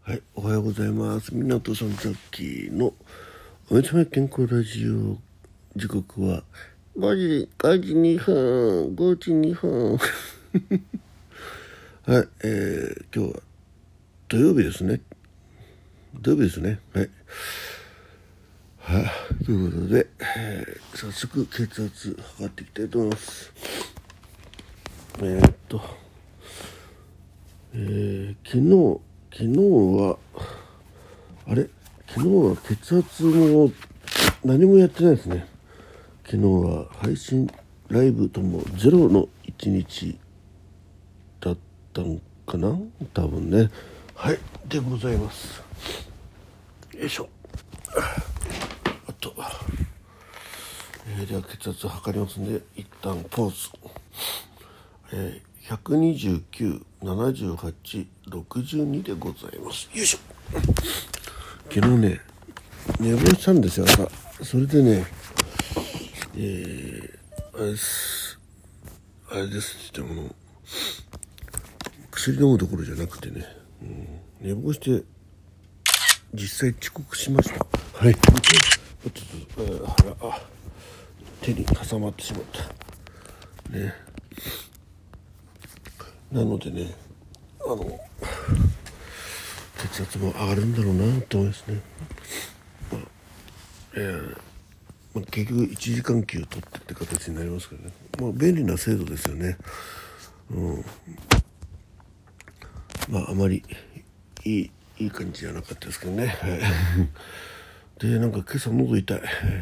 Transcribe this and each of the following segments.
はい、おはようございます。港さんジャッキーのお目覚め健康ラジオ。時刻は5時2分、5時2分。はい、今日は土曜日ですね。はい。はい、ということで、早速血圧測っていきたいと思います。昨日は血圧も何もやってないですね。昨日は配信ライブともゼロの一日だったんかな、多分ね。はいでございます。よいしょ。あと、では血圧測りますんで一旦ポーズ。129、78、62でございます。よいしょ。昨日ね、寝坊したんですよ、朝。それでね、あれですって言っても薬飲むどころじゃなくてね、寝坊して実際遅刻しました。はい。ちょっと腹手に挟まってしまったね。なのでね、血圧も上がるんだろうなと思いますね。結局1時間給取ってって形になりますけどね。便利な制度ですよね。あまりいい感じじゃなかったですけどね。はいで、なんか今朝喉痛い。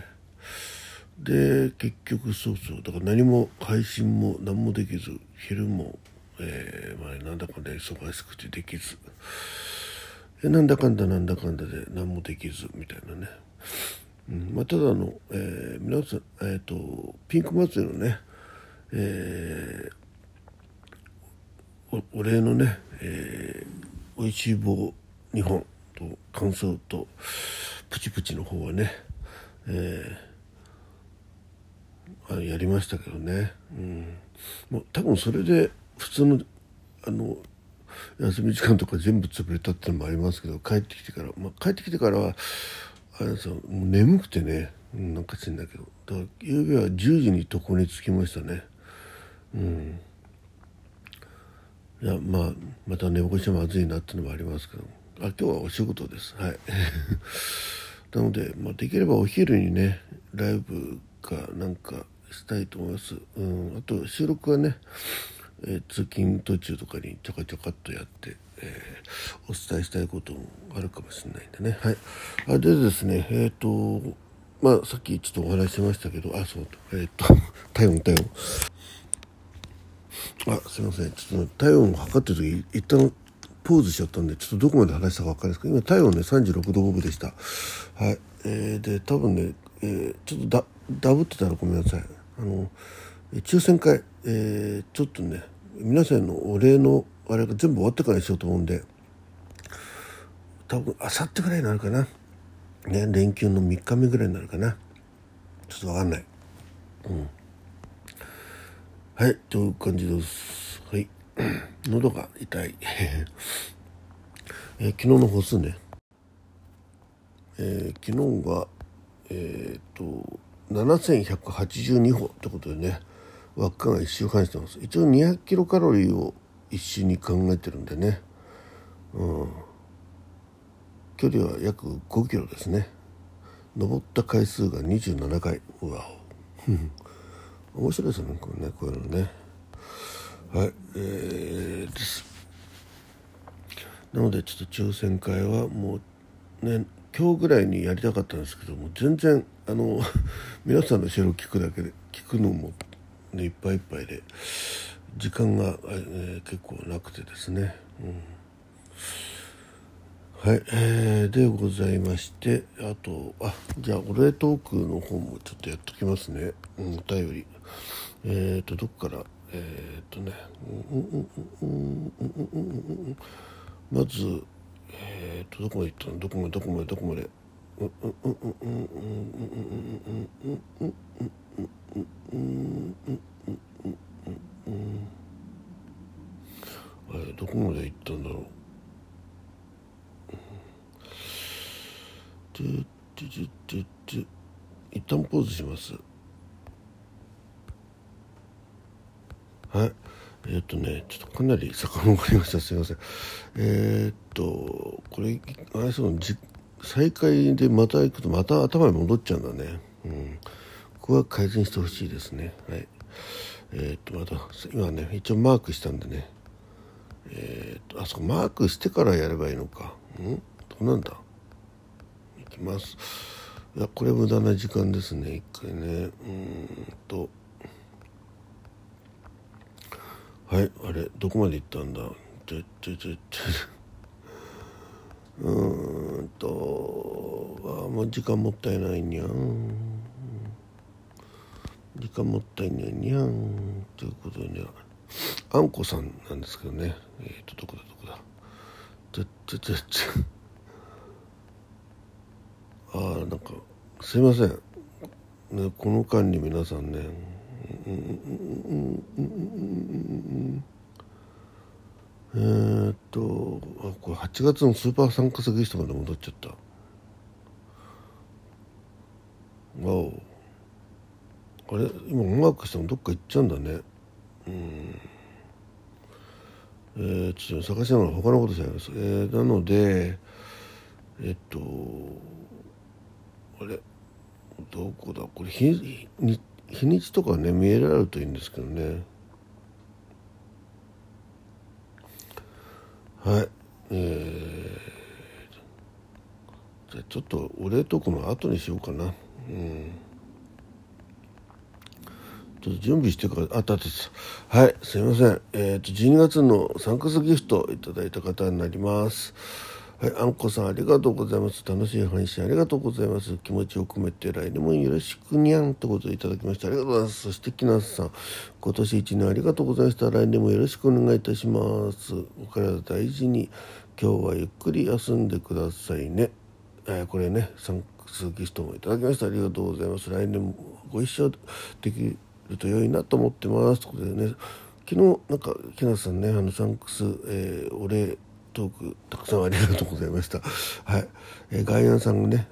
で、結局だから何も配信も何もできず、昼も、なんだかんだ忙しくてできず、なんだかんだで何もできずみたいなね。ただ皆さん、ピンク祭りのね、お礼のね、おいしい棒2本と感想とプチプチの方はね、やりましたけどね。もう多分それで普通の休み時間とか全部潰れたってのもありますけど、帰ってきてからはあれですよ、もう眠くてね、なんか知んだけど、だから夕べは10時に床に着きましたね。いや、また寝起こしはまずいなっていうのもありますけど、今日はお仕事です。はいなので、できればお昼にねライブかなんかしたいと思います。あと収録はね、通勤途中とかにちょかちょかっとやって、お伝えしたいこともあるかもしれないんでね。はい。でですね、さっきちょっとお話ししましたけど、体温。すいません。ちょっと体温を測ってる時、一旦ポーズしちゃったんで、ちょっとどこまで話したか分かりますけど、今体温ね、36度5分でした。はい。で、多分ね、ちょっとダブってたらごめんなさい。抽選会、ちょっとね、皆さんのお礼のあれが全部終わってからにしようと思うんで、多分明後日ぐらいになるかな。ね、連休の3日目ぐらいになるかな。ちょっと分かんない。はい、という感じです。はい。喉が痛い。昨日の歩数ね。昨日が、7182歩ってことでね、輪っかが1周半してます。一応200キロカロリーを一周に考えてるんでね、距離は約5キロですね。登った回数が27回。うわお面白いですよね、こういうのね。はい、です。なのでちょっと抽選会はもうね、今日ぐらいにやりたかったんですけども、全然皆さんのシェルを聞くのも、ね、いっぱいいっぱいで時間が、結構なくてですね。はい、でございまして、あとじゃあお礼トークの方もちょっとやっときますね。お便りどっからまずどこまで行ったの、どこまでどこまで行ったんだろう。 一旦ポーズします。はい。ちょっとかなり遡りました。すいません。これ、あれ再開でまた行くとまた頭に戻っちゃうんだね。ここは改善してほしいですね。はい。また、今ね、一応マークしたんでね。そこマークしてからやればいいのか。どうなんだ。いきます。いや、これ無駄な時間ですね。一回ね。はい、あれどこまで行ったんだ。もう時間もったいないにゃん。時間もったいないにゃんということでね、あんこさんなんですけどね。どこだなんかすいませんね、この間に皆さんね、これ8月のスーパー参加ゲストまで戻っちゃった。あれ今音楽してもどっか行っちゃうんだね。ちょっと探しながら他のことしちゃいます。なのであれどこだこれ日にちとかね見えられるといいんですけどね。はい。じゃあちょっとお礼トークの後にしようかな。ちょっと準備してからあったです。はい、すいません。12月のサンクスギフトいただいた方になります。はい、あんこさんありがとうございます。楽しい配信ありがとうございます。気持ちを込めて来年もよろしくにゃんということでいただきました。ありがとうございます。そしてきなさん、今年1年ありがとうございました。来年もよろしくお願いいたします。お体大事に、今日はゆっくり休んでくださいね。これね、サンクスギフトもいただきました。ありがとうございます。来年もご一緒できると良いなと思ってます。ということでね、昨日なんかきなさんね、サンクス、お礼トークたくさんありがとうございました。はい。外苑さんがね、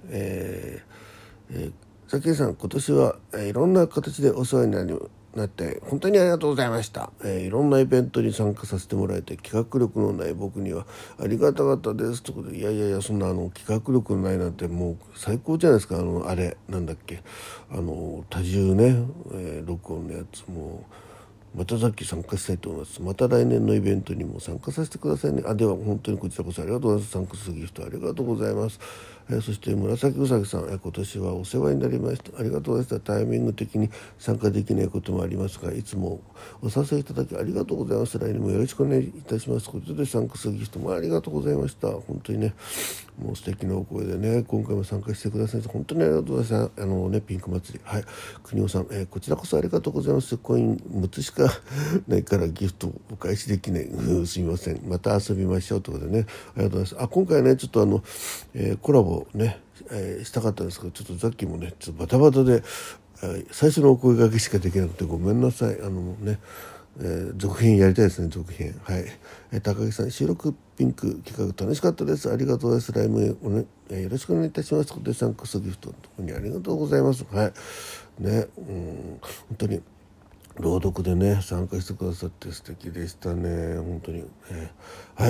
ザキさん今年は、いろんな形でお世話になって本当にありがとうございました。いろんなイベントに参加させてもらえて企画力のない僕にはありがたかったですということで、いやそんな企画力のないなんてもう最高じゃないですか。あれなんだっけ、多重ね、録音のやつもまたさっき参加したいと思います。また来年のイベントにも参加させてくださいね。では本当にこちらこそありがとうございます。サンクスギフトありがとうございます。そして紫うさぎさん、今年はお世話になりました。ありがとうございました。タイミング的に参加できないこともありますが、いつもお誘いいただきありがとうございます。来年もよろしくお願いいたします。ということでサンクスギフトもありがとうございました。本当にね、もう素敵なお声でね、今回も参加してください本当にありがとうございます。ピンク祭り、はい、国尾さん、こちらこそありがとうございます。コイン6つしかないからギフトお返しできない、すみません。また遊びましょうということでね、ありがとうございます。今回ねちょっとコラボね、したかったんですけど、ちょっとさっきもねちょっとバタバタで、最初のお声掛けしかできなくてごめんなさい。続編やりたいですね。続編、はい。高木さん、収録ピンク企画楽しかったです。ありがとうございます。ライブよろしくお願いいたします。でサンクスギフトのところにありがとうございます。はいね、本当に朗読でね参加してくださって素敵でしたね。本当に、はい。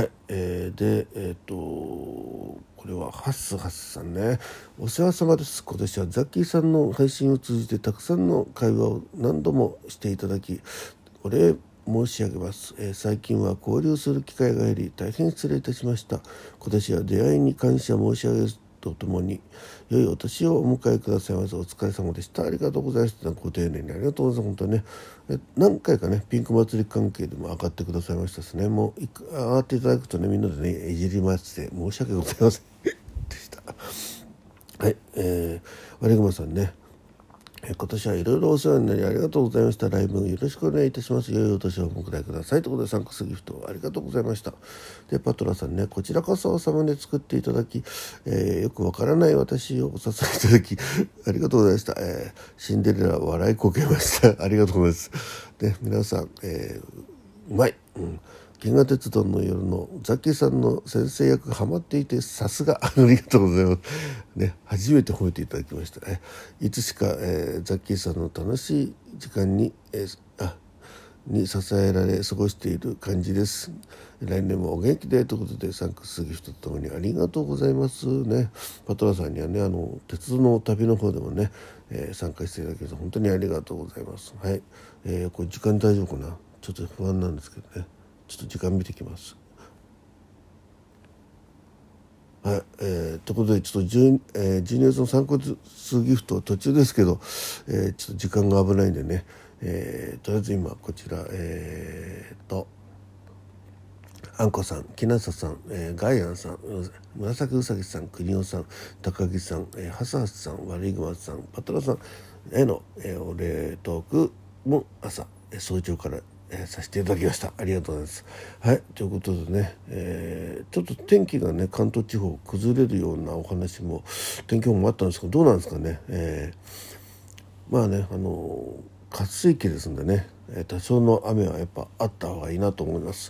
これはハッスさんね、お世話様です。今年はザッキーさんの配信を通じてたくさんの会話を何度もしていただきお礼申し上げます。最近は交流する機会が減り大変失礼いたしました。今年は出会いに感謝申し上げるとともに良いお年をお迎えくださいませ。お疲れ様でした。ありがとうございます。ご丁寧にありがとうございます。本当にね、何回かねピンク祭り関係でも上がってくださいましたしね、もう上がっていただくとねみんなでねいじりまして申し訳ございませんでした。はい。悪熊さんね、今年はいろいろお世話になりありがとうございました。ライブよろしくお願いいたします。良いお年をお迎えください。ということでサンクスギフトありがとうございました。でパトラさんね、こちらこそお様で作っていただき、よくわからない私をお誘いいただきありがとうございました。シンデレラ笑いこけました。ありがとうございます。で皆さん、うまい、 銀河鉄道の夜のザッキーさんの先生役がハマっていてさすがありがとうございますね。初めて褒めていただきました。いつしか、ザッキーさんの楽しい時間に、に支えられ過ごしている感じです。来年もお元気でということで、サンクスギフトとともにありがとうございますね。パトラさんにはね、鉄道の旅の方でもね、参加していただきまして本当にありがとうございます。はい、これ時間大丈夫かな、ちょっと不安なんですけどね、ちょっと時間見てきます。はい、ということでちょっと12月のサンクスギフト途中ですけど、ちょっと時間が危ないんでね、とりあえず今こちらあんこさん、きなささん、ガイアンさん、紫うさぎさん、くにおさん、高木さん、はさはさん、悪いぐまさん、パトラさんへの、お礼トークも朝、早朝から、させていただきました。ありがとうございます。はい、ということでね、ちょっと天気がね関東地方崩れるようなお話も天気予報もあったんですけど、どうなんですかね。まあね、渇水期ですんでね、多少の雨はやっぱあった方がいいなと思います。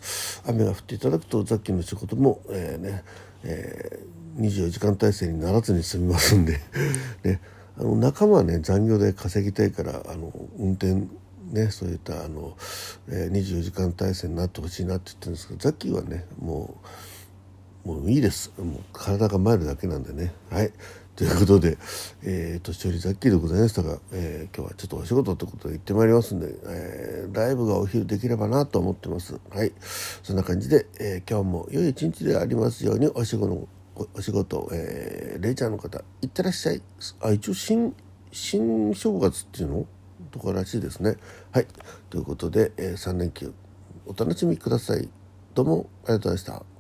雨が降っていただくとさっきの仕事も、24時間体制にならずに済みますんでね、仲間はね残業で稼ぎたいから運転ね、そういった24時間体制になってほしいなって言ってるんですけど、ザッキーはねもういいです。もう体が参るだけなんでね。はい。ということで、年寄りザッキーでございましたが、今日はちょっとお仕事ということで行ってまいりますんで、ライブがお昼できればなと思ってます。はい。そんな感じで、今日も良い一日でありますようにお仕事、レイちゃんの方、いってらっしゃい。一応新正月っていうのとからしいですね。はい。ということで、3連休お楽しみください。どうもありがとうございました。